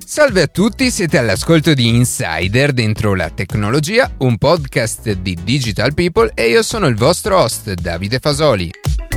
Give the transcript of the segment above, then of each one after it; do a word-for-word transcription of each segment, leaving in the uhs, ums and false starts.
Salve a tutti, siete all'ascolto di Insider dentro la tecnologia, un podcast di Digital People e io sono il vostro host Davide Fasoli.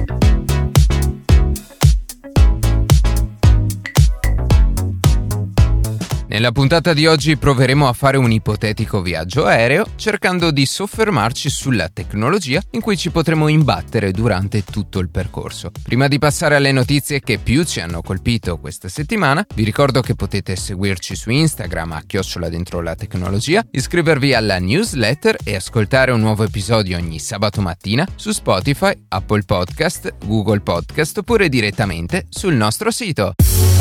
Nella puntata di oggi proveremo a fare un ipotetico viaggio aereo cercando di soffermarci sulla tecnologia in cui ci potremo imbattere durante tutto il percorso. Prima di passare alle notizie che più ci hanno colpito questa settimana, vi ricordo che potete seguirci su Instagram a chiocciola dentro la tecnologia, iscrivervi alla newsletter e ascoltare un nuovo episodio ogni sabato mattina su Spotify, Apple Podcast, Google Podcast oppure direttamente sul nostro sito.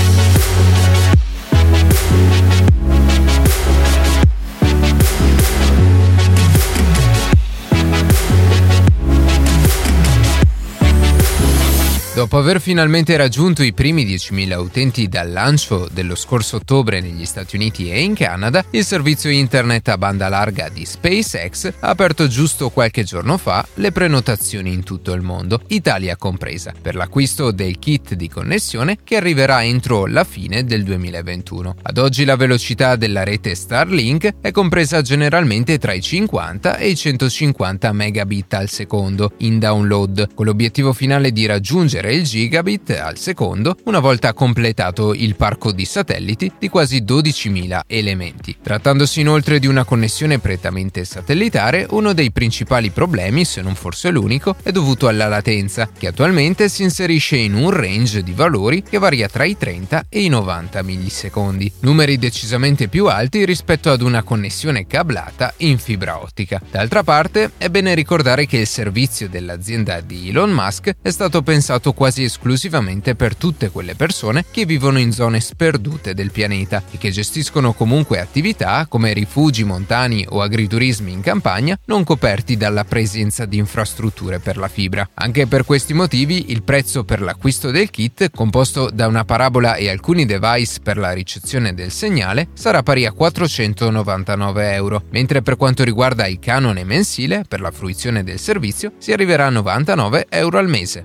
Dopo aver finalmente raggiunto i primi diecimila utenti dal lancio dello scorso ottobre negli Stati Uniti e in Canada, il servizio internet a banda larga di SpaceX ha aperto giusto qualche giorno fa le prenotazioni in tutto il mondo, Italia compresa, per l'acquisto del kit di connessione che arriverà entro la fine del duemilaventuno. Ad oggi la velocità della rete Starlink è compresa generalmente tra i cinquanta e i centocinquanta megabit al secondo in download, con l'obiettivo finale di raggiungere il gigabit al secondo una volta completato il parco di satelliti di quasi dodicimila elementi. Trattandosi inoltre di una connessione prettamente satellitare, uno dei principali problemi, se non forse l'unico, è dovuto alla latenza, che attualmente si inserisce in un range di valori che varia tra i trenta e i novanta millisecondi, numeri decisamente più alti rispetto ad una connessione cablata in fibra ottica. D'altra parte, è bene ricordare che il servizio dell'azienda di Elon Musk è stato pensato quasi esclusivamente per tutte quelle persone che vivono in zone sperdute del pianeta e che gestiscono comunque attività come rifugi montani o agriturismi in campagna non coperti dalla presenza di infrastrutture per la fibra. Anche per questi motivi il prezzo per l'acquisto del kit, composto da una parabola e alcuni device per la ricezione del segnale, sarà pari a quattrocentonovantanove euro, mentre per quanto riguarda il canone mensile per la fruizione del servizio si arriverà a novantanove euro al mese.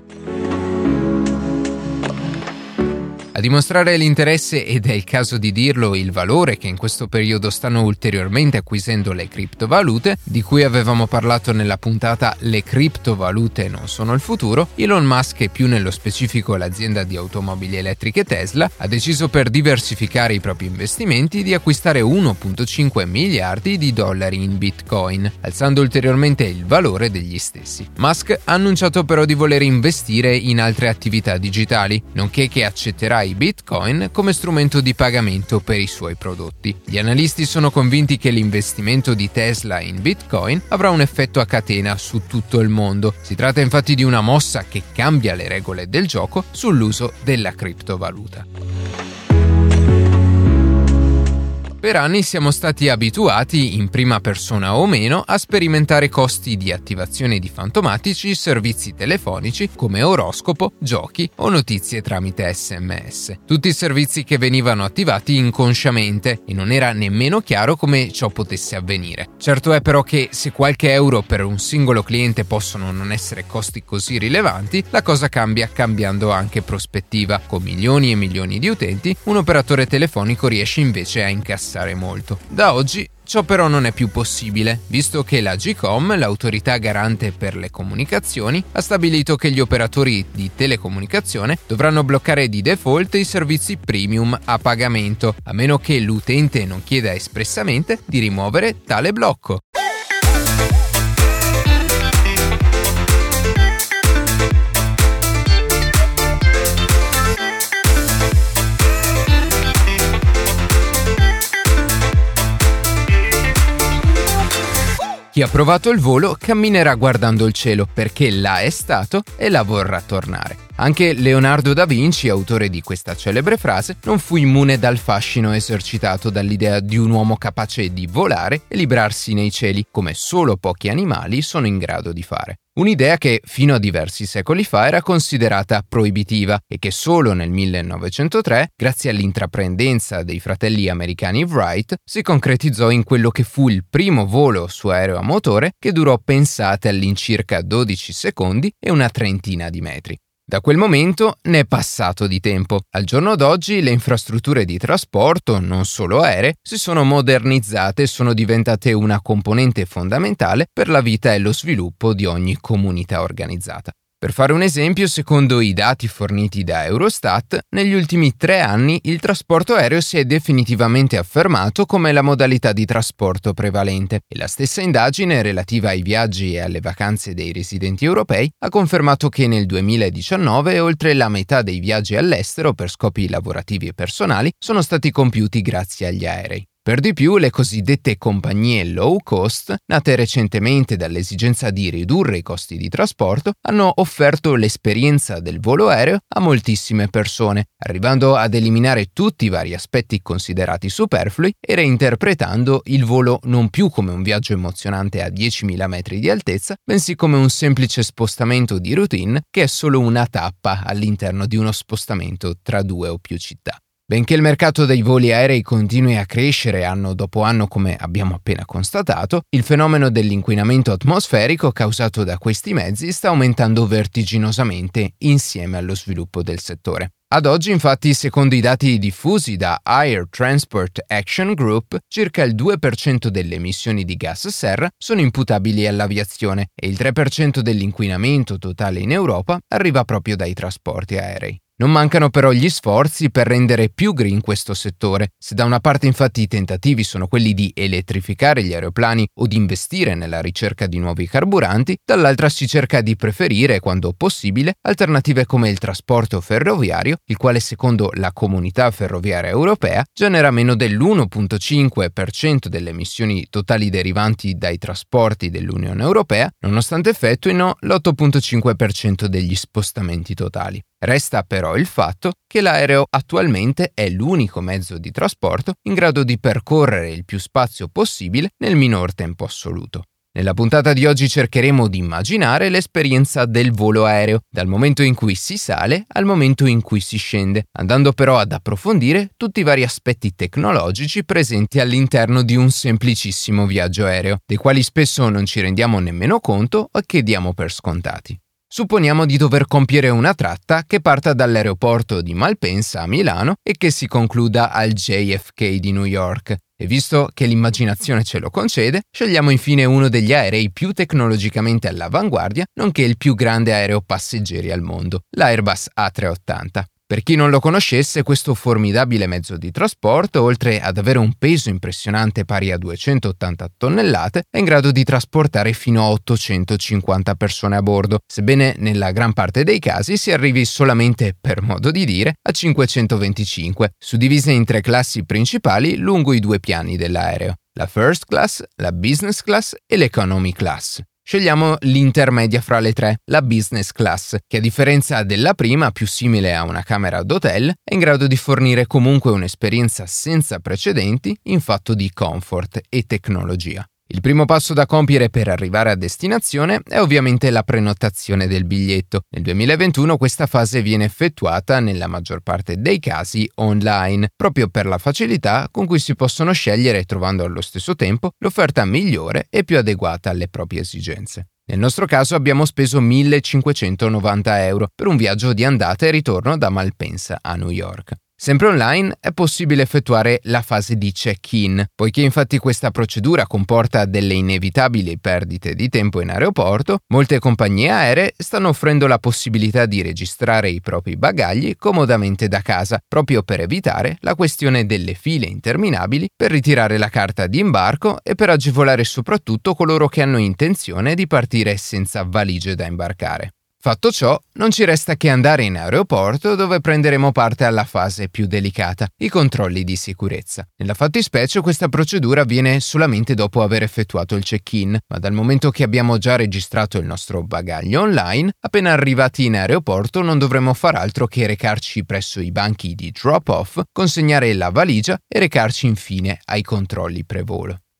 A dimostrare l'interesse, ed è il caso di dirlo, il valore che in questo periodo stanno ulteriormente acquisendo le criptovalute, di cui avevamo parlato nella puntata Le criptovalute non sono il futuro, Elon Musk e più nello specifico l'azienda di automobili elettriche Tesla ha deciso, per diversificare i propri investimenti, di acquistare uno virgola cinque miliardi di dollari in Bitcoin, alzando ulteriormente il valore degli stessi. Musk ha annunciato però di voler investire in altre attività digitali, nonché che accetterà i Bitcoin come strumento di pagamento per i suoi prodotti. Gli analisti sono convinti che l'investimento di Tesla in Bitcoin avrà un effetto a catena su tutto il mondo. Si tratta infatti di una mossa che cambia le regole del gioco sull'uso della criptovaluta. Per anni siamo stati abituati, in prima persona o meno, a sperimentare costi di attivazione di fantomatici servizi telefonici come oroscopo, giochi o notizie tramite S M S. Tutti servizi che venivano attivati inconsciamente e non era nemmeno chiaro come ciò potesse avvenire. Certo è però che se qualche euro per un singolo cliente possono non essere costi così rilevanti, la cosa cambia cambiando anche prospettiva. Con milioni e milioni di utenti, un operatore telefonico riesce invece a incassare molto. Da oggi ciò però non è più possibile, visto che l'Agcom, l'autorità garante per le comunicazioni, ha stabilito che gli operatori di telecomunicazione dovranno bloccare di default i servizi premium a pagamento, a meno che l'utente non chieda espressamente di rimuovere tale blocco. Chi ha provato il volo camminerà guardando il cielo perché là è stato e là vorrà tornare. Anche Leonardo da Vinci, autore di questa celebre frase, non fu immune dal fascino esercitato dall'idea di un uomo capace di volare e librarsi nei cieli, come solo pochi animali sono in grado di fare. Un'idea che fino a diversi secoli fa era considerata proibitiva e che solo nel millenovecentotre, grazie all'intraprendenza dei fratelli americani Wright, si concretizzò in quello che fu il primo volo su aereo a motore che durò, pensate, all'incirca dodici secondi e una trentina di metri. Da quel momento ne è passato di tempo. Al giorno d'oggi le infrastrutture di trasporto, non solo aeree, si sono modernizzate e sono diventate una componente fondamentale per la vita e lo sviluppo di ogni comunità organizzata. Per fare un esempio, secondo i dati forniti da Eurostat, negli ultimi tre anni il trasporto aereo si è definitivamente affermato come la modalità di trasporto prevalente e la stessa indagine relativa ai viaggi e alle vacanze dei residenti europei ha confermato che nel duemiladiciannove oltre la metà dei viaggi all'estero per scopi lavorativi e personali sono stati compiuti grazie agli aerei. Per di più, le cosiddette compagnie low cost, nate recentemente dall'esigenza di ridurre i costi di trasporto, hanno offerto l'esperienza del volo aereo a moltissime persone, arrivando ad eliminare tutti i vari aspetti considerati superflui e reinterpretando il volo non più come un viaggio emozionante a diecimila metri di altezza, bensì come un semplice spostamento di routine che è solo una tappa all'interno di uno spostamento tra due o più città. Benché il mercato dei voli aerei continui a crescere anno dopo anno come abbiamo appena constatato, il fenomeno dell'inquinamento atmosferico causato da questi mezzi sta aumentando vertiginosamente insieme allo sviluppo del settore. Ad oggi, infatti, secondo i dati diffusi da Air Transport Action Group, circa il due per cento delle emissioni di gas serra sono imputabili all'aviazione e il tre per cento dell'inquinamento totale in Europa arriva proprio dai trasporti aerei. Non mancano però gli sforzi per rendere più green questo settore. Se da una parte infatti i tentativi sono quelli di elettrificare gli aeroplani o di investire nella ricerca di nuovi carburanti, dall'altra si cerca di preferire, quando possibile, alternative come il trasporto ferroviario, il quale secondo la Comunità Ferroviaria Europea genera meno dell'uno virgola cinque per cento delle emissioni totali derivanti dai trasporti dell'Unione Europea, nonostante effettuino l'otto virgola cinque per cento degli spostamenti totali. Resta però il fatto che l'aereo attualmente è l'unico mezzo di trasporto in grado di percorrere il più spazio possibile nel minor tempo assoluto. Nella puntata di oggi cercheremo di immaginare l'esperienza del volo aereo, dal momento in cui si sale al momento in cui si scende, andando però ad approfondire tutti i vari aspetti tecnologici presenti all'interno di un semplicissimo viaggio aereo, dei quali spesso non ci rendiamo nemmeno conto o che diamo per scontati. Supponiamo di dover compiere una tratta che parta dall'aeroporto di Malpensa a Milano e che si concluda al J F K di New York. E visto che l'immaginazione ce lo concede, scegliamo infine uno degli aerei più tecnologicamente all'avanguardia, nonché il più grande aereo passeggeri al mondo, l'Airbus A trecentottanta. Per chi non lo conoscesse, questo formidabile mezzo di trasporto, oltre ad avere un peso impressionante pari a duecentottanta tonnellate, è in grado di trasportare fino a ottocentocinquanta persone a bordo, sebbene nella gran parte dei casi si arrivi solamente, per modo di dire, a cinquecentoventicinque, suddivise in tre classi principali lungo i due piani dell'aereo: la First Class, la Business Class e l'Economy Class. Scegliamo l'intermedia fra le tre, la Business Class, che a differenza della prima, più simile a una camera d'hotel, è in grado di fornire comunque un'esperienza senza precedenti in fatto di comfort e tecnologia. Il primo passo da compiere per arrivare a destinazione è ovviamente la prenotazione del biglietto. Nel duemilaventuno questa fase viene effettuata nella maggior parte dei casi online, proprio per la facilità con cui si possono scegliere, trovando allo stesso tempo l'offerta migliore e più adeguata alle proprie esigenze. Nel nostro caso abbiamo speso millecinquecentonovanta euro per un viaggio di andata e ritorno da Malpensa a New York. Sempre online è possibile effettuare la fase di check-in, poiché infatti questa procedura comporta delle inevitabili perdite di tempo in aeroporto. Molte compagnie aeree stanno offrendo la possibilità di registrare i propri bagagli comodamente da casa, proprio per evitare la questione delle file interminabili per ritirare la carta di imbarco e per agevolare soprattutto coloro che hanno intenzione di partire senza valigie da imbarcare. Fatto ciò, non ci resta che andare in aeroporto, dove prenderemo parte alla fase più delicata, i controlli di sicurezza. Nella fattispecie questa procedura avviene solamente dopo aver effettuato il check-in, ma dal momento che abbiamo già registrato il nostro bagaglio online, appena arrivati in aeroporto non dovremo far altro che recarci presso i banchi di drop-off, consegnare la valigia e recarci infine ai controlli pre-volo.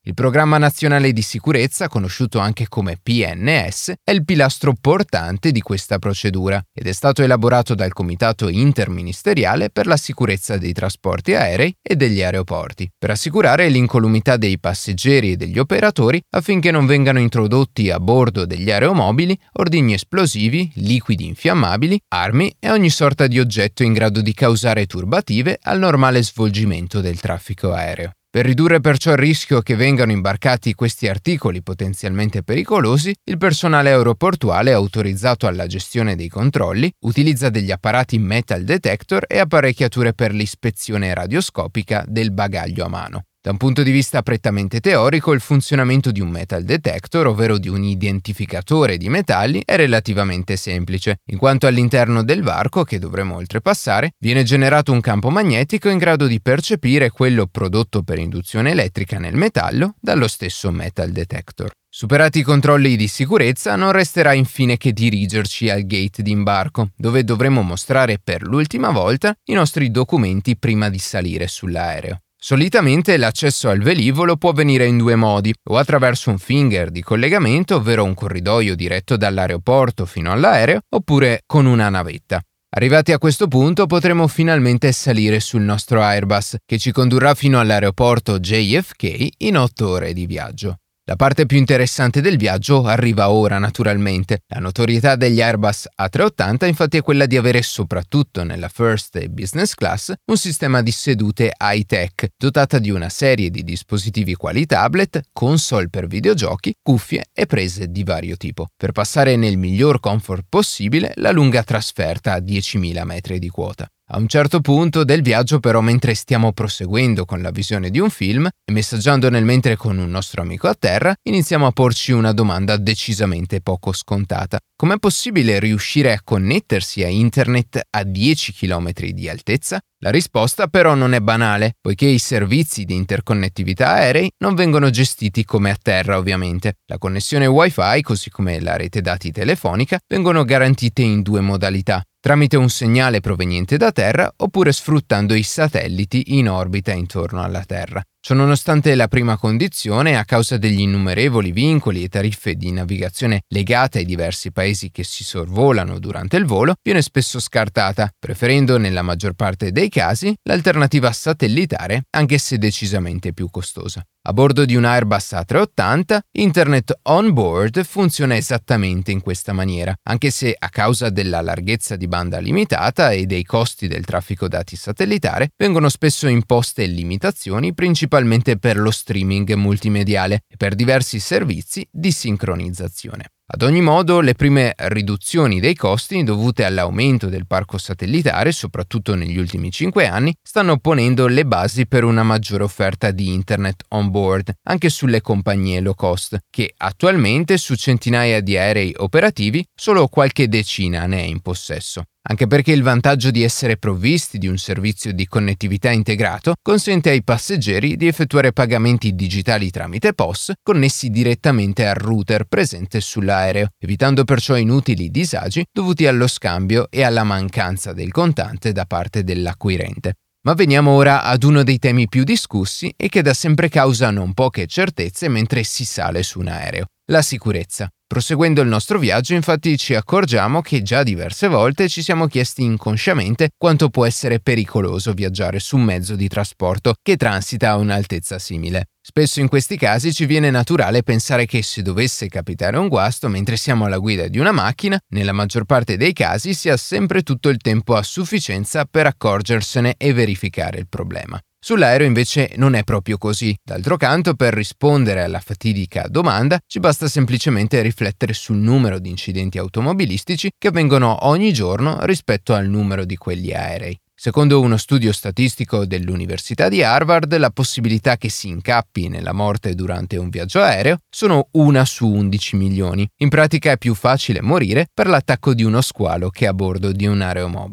Il Programma Nazionale di Sicurezza, conosciuto anche come P N S, è il pilastro portante di questa procedura ed è stato elaborato dal Comitato Interministeriale per la Sicurezza dei Trasporti Aerei e degli Aeroporti, per assicurare l'incolumità dei passeggeri e degli operatori affinché non vengano introdotti a bordo degli aeromobili ordigni esplosivi, liquidi infiammabili, armi e ogni sorta di oggetto in grado di causare turbative al normale svolgimento del traffico aereo. Per ridurre perciò il rischio che vengano imbarcati questi articoli potenzialmente pericolosi, il personale aeroportuale autorizzato alla gestione dei controlli utilizza degli apparati metal detector e apparecchiature per l'ispezione radioscopica del bagaglio a mano. Da un punto di vista prettamente teorico, il funzionamento di un metal detector, ovvero di un identificatore di metalli, è relativamente semplice, in quanto all'interno del varco che dovremo oltrepassare viene generato un campo magnetico in grado di percepire quello prodotto per induzione elettrica nel metallo dallo stesso metal detector. Superati i controlli di sicurezza, non resterà infine che dirigerci al gate di imbarco, dove dovremo mostrare per l'ultima volta i nostri documenti prima di salire sull'aereo. Solitamente l'accesso al velivolo può avvenire in due modi, o attraverso un finger di collegamento, ovvero un corridoio diretto dall'aeroporto fino all'aereo, oppure con una navetta. Arrivati a questo punto potremo finalmente salire sul nostro Airbus, che ci condurrà fino all'aeroporto J F K in otto ore di viaggio. La parte più interessante del viaggio arriva ora naturalmente. La notorietà degli Airbus A trecentottanta infatti è quella di avere soprattutto nella first e business class un sistema di sedute high-tech dotata di una serie di dispositivi quali tablet, console per videogiochi, cuffie e prese di vario tipo, per passare nel miglior comfort possibile la lunga trasferta a diecimila metri di quota. A un certo punto del viaggio però, mentre stiamo proseguendo con la visione di un film e messaggiando nel mentre con un nostro amico a terra, iniziamo a porci una domanda decisamente poco scontata. Com'è possibile riuscire a connettersi a internet a dieci chilometri di altezza? La risposta però non è banale, poiché i servizi di interconnettività aerei non vengono gestiti come a terra ovviamente. La connessione Wi-Fi, così come la rete dati telefonica, vengono garantite in due modalità: tramite un segnale proveniente da terra oppure sfruttando i satelliti in orbita intorno alla Terra. Ciononostante la prima condizione, a causa degli innumerevoli vincoli e tariffe di navigazione legate ai diversi paesi che si sorvolano durante il volo, viene spesso scartata, preferendo nella maggior parte dei casi l'alternativa satellitare, anche se decisamente più costosa. A bordo di un Airbus A trecentottanta, Internet on board funziona esattamente in questa maniera, anche se a causa della larghezza di banda limitata e dei costi del traffico dati satellitare vengono spesso imposte limitazioni principalmente per lo streaming multimediale e per diversi servizi di sincronizzazione. Ad ogni modo, le prime riduzioni dei costi dovute all'aumento del parco satellitare, soprattutto negli ultimi cinque anni, stanno ponendo le basi per una maggiore offerta di internet on board, anche sulle compagnie low cost, che attualmente su centinaia di aerei operativi solo qualche decina ne è in possesso. Anche perché il vantaggio di essere provvisti di un servizio di connettività integrato consente ai passeggeri di effettuare pagamenti digitali tramite P O S connessi direttamente al router presente sull'aereo, evitando perciò inutili disagi dovuti allo scambio e alla mancanza del contante da parte dell'acquirente. Ma veniamo ora ad uno dei temi più discussi e che da sempre causa non poche certezze mentre si sale su un aereo: la sicurezza. Proseguendo il nostro viaggio, infatti, ci accorgiamo che già diverse volte ci siamo chiesti inconsciamente quanto può essere pericoloso viaggiare su un mezzo di trasporto che transita a un'altezza simile. Spesso in questi casi ci viene naturale pensare che se dovesse capitare un guasto mentre siamo alla guida di una macchina, nella maggior parte dei casi sia sempre tutto il tempo a sufficienza per accorgersene e verificare il problema. Sull'aereo invece non è proprio così. D'altro canto, per rispondere alla fatidica domanda, ci basta semplicemente riflettere sul numero di incidenti automobilistici che avvengono ogni giorno rispetto al numero di quegli aerei. Secondo uno studio statistico dell'Università di Harvard, la possibilità che si incappi nella morte durante un viaggio aereo sono una su undici milioni. In pratica è più facile morire per l'attacco di uno squalo che a bordo di un aeromobile.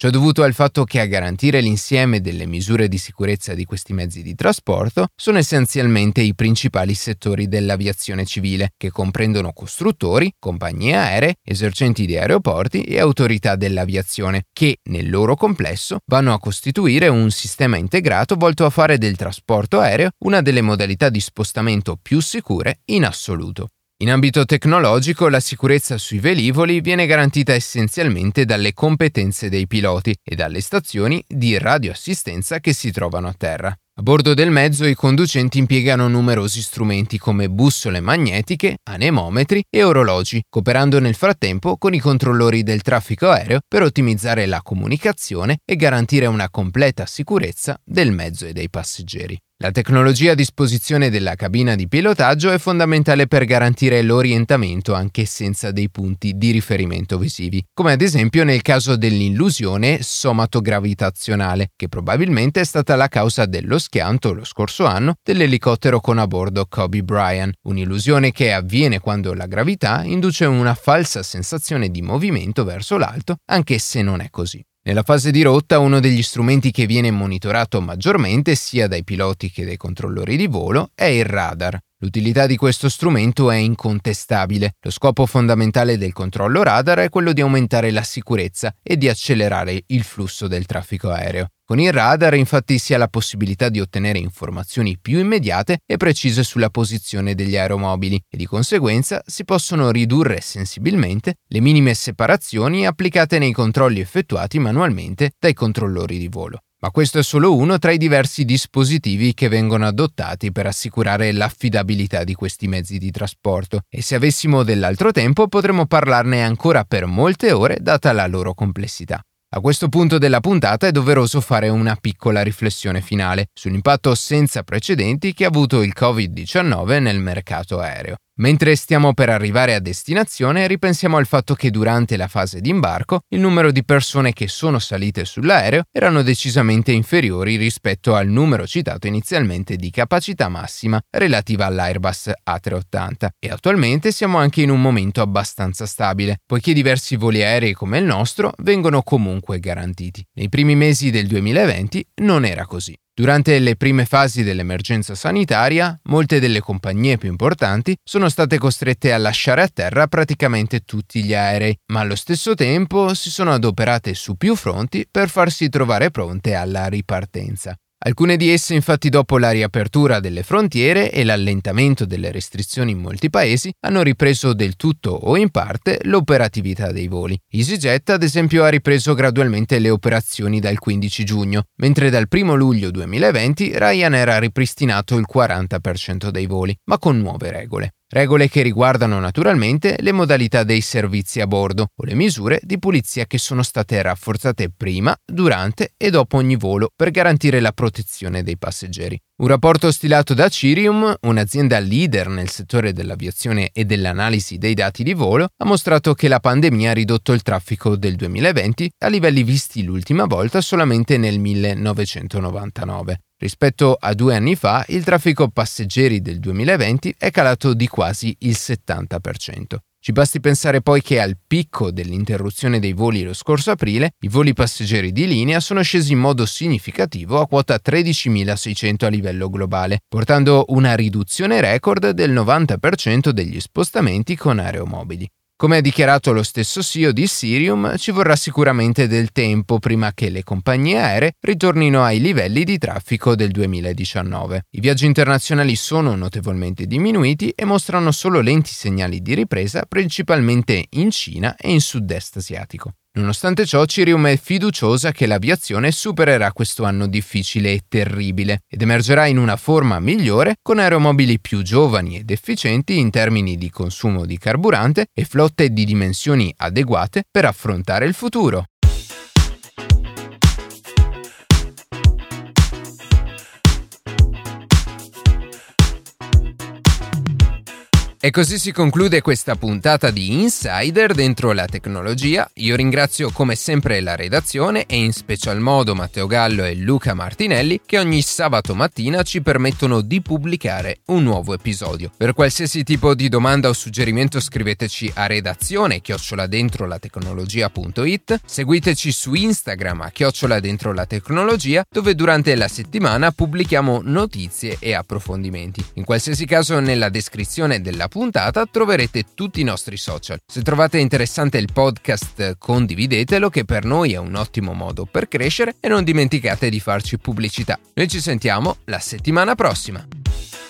Ciò è dovuto al fatto che a garantire l'insieme delle misure di sicurezza di questi mezzi di trasporto sono essenzialmente i principali settori dell'aviazione civile, che comprendono costruttori, compagnie aeree, esercenti di aeroporti e autorità dell'aviazione, che nel loro complesso vanno a costituire un sistema integrato volto a fare del trasporto aereo una delle modalità di spostamento più sicure in assoluto. In ambito tecnologico, la sicurezza sui velivoli viene garantita essenzialmente dalle competenze dei piloti e dalle stazioni di radioassistenza che si trovano a terra. A bordo del mezzo i conducenti impiegano numerosi strumenti come bussole magnetiche, anemometri e orologi, cooperando nel frattempo con i controllori del traffico aereo per ottimizzare la comunicazione e garantire una completa sicurezza del mezzo e dei passeggeri. La tecnologia a disposizione della cabina di pilotaggio è fondamentale per garantire l'orientamento anche senza dei punti di riferimento visivi, come ad esempio nel caso dell'illusione somatogravitazionale, che probabilmente è stata la causa dello schianto lo scorso anno dell'elicottero con a bordo Kobe Bryant, un'illusione che avviene quando la gravità induce una falsa sensazione di movimento verso l'alto, anche se non è così. Nella fase di rotta, uno degli strumenti che viene monitorato maggiormente sia dai piloti che dai controllori di volo è il radar. L'utilità di questo strumento è incontestabile. Lo scopo fondamentale del controllo radar è quello di aumentare la sicurezza e di accelerare il flusso del traffico aereo. Con il radar, infatti, si ha la possibilità di ottenere informazioni più immediate e precise sulla posizione degli aeromobili e di conseguenza si possono ridurre sensibilmente le minime separazioni applicate nei controlli effettuati manualmente dai controllori di volo. Ma questo è solo uno tra i diversi dispositivi che vengono adottati per assicurare l'affidabilità di questi mezzi di trasporto, e se avessimo dell'altro tempo potremmo parlarne ancora per molte ore data la loro complessità. A questo punto della puntata è doveroso fare una piccola riflessione finale sull'impatto senza precedenti che ha avuto il covid diciannove nel mercato aereo. Mentre stiamo per arrivare a destinazione, ripensiamo al fatto che durante la fase di imbarco il numero di persone che sono salite sull'aereo erano decisamente inferiori rispetto al numero citato inizialmente di capacità massima relativa all'Airbus A trecentottanta, e attualmente siamo anche in un momento abbastanza stabile, poiché diversi voli aerei come il nostro vengono comunque garantiti. Nei primi mesi del duemilaventi non era così. Durante le prime fasi dell'emergenza sanitaria, molte delle compagnie più importanti sono state costrette a lasciare a terra praticamente tutti gli aerei, ma allo stesso tempo si sono adoperate su più fronti per farsi trovare pronte alla ripartenza. Alcune di esse, infatti, dopo la riapertura delle frontiere e l'allentamento delle restrizioni in molti paesi, hanno ripreso del tutto o in parte l'operatività dei voli. EasyJet, ad esempio, ha ripreso gradualmente le operazioni dal quindici giugno, mentre dal primo luglio duemilaventi Ryanair ha ripristinato il quaranta per cento dei voli, ma con nuove regole. Regole che riguardano naturalmente le modalità dei servizi a bordo o le misure di pulizia che sono state rafforzate prima, durante e dopo ogni volo per garantire la protezione dei passeggeri. Un rapporto stilato da Cirium, un'azienda leader nel settore dell'aviazione e dell'analisi dei dati di volo, ha mostrato che la pandemia ha ridotto il traffico del duemilaventi a livelli visti l'ultima volta solamente nel millenovecentonovantanove. Rispetto a due anni fa, il traffico passeggeri del duemilaventi è calato di quasi il settanta per cento. Ci basti pensare poi che al picco dell'interruzione dei voli lo scorso aprile, i voli passeggeri di linea sono scesi in modo significativo a quota tredicimilaseicento a livello globale, portando una riduzione record del novanta per cento degli spostamenti con aeromobili. Come ha dichiarato lo stesso C E O di Cirium, ci vorrà sicuramente del tempo prima che le compagnie aeree ritornino ai livelli di traffico del duemiladiciannove. I viaggi internazionali sono notevolmente diminuiti e mostrano solo lenti segnali di ripresa, principalmente in Cina e in sud-est asiatico. Nonostante ciò, Cirium è fiduciosa che l'aviazione supererà questo anno difficile e terribile ed emergerà in una forma migliore con aeromobili più giovani ed efficienti in termini di consumo di carburante e flotte di dimensioni adeguate per affrontare il futuro. E così si conclude questa puntata di Insider dentro la tecnologia. Io ringrazio come sempre la redazione e in special modo Matteo Gallo e Luca Martinelli che ogni sabato mattina ci permettono di pubblicare un nuovo episodio. Per qualsiasi tipo di domanda o suggerimento scriveteci a redazione chiocciola dentro la tecnologia punto it, seguiteci su Instagram a chiocciola dentro la tecnologia, dove durante la settimana pubblichiamo notizie e approfondimenti. In qualsiasi caso nella descrizione della puntata troverete tutti i nostri social. Se trovate interessante il podcast, condividetelo, che per noi è un ottimo modo per crescere, e non dimenticate di farci pubblicità. Noi ci sentiamo la settimana prossima.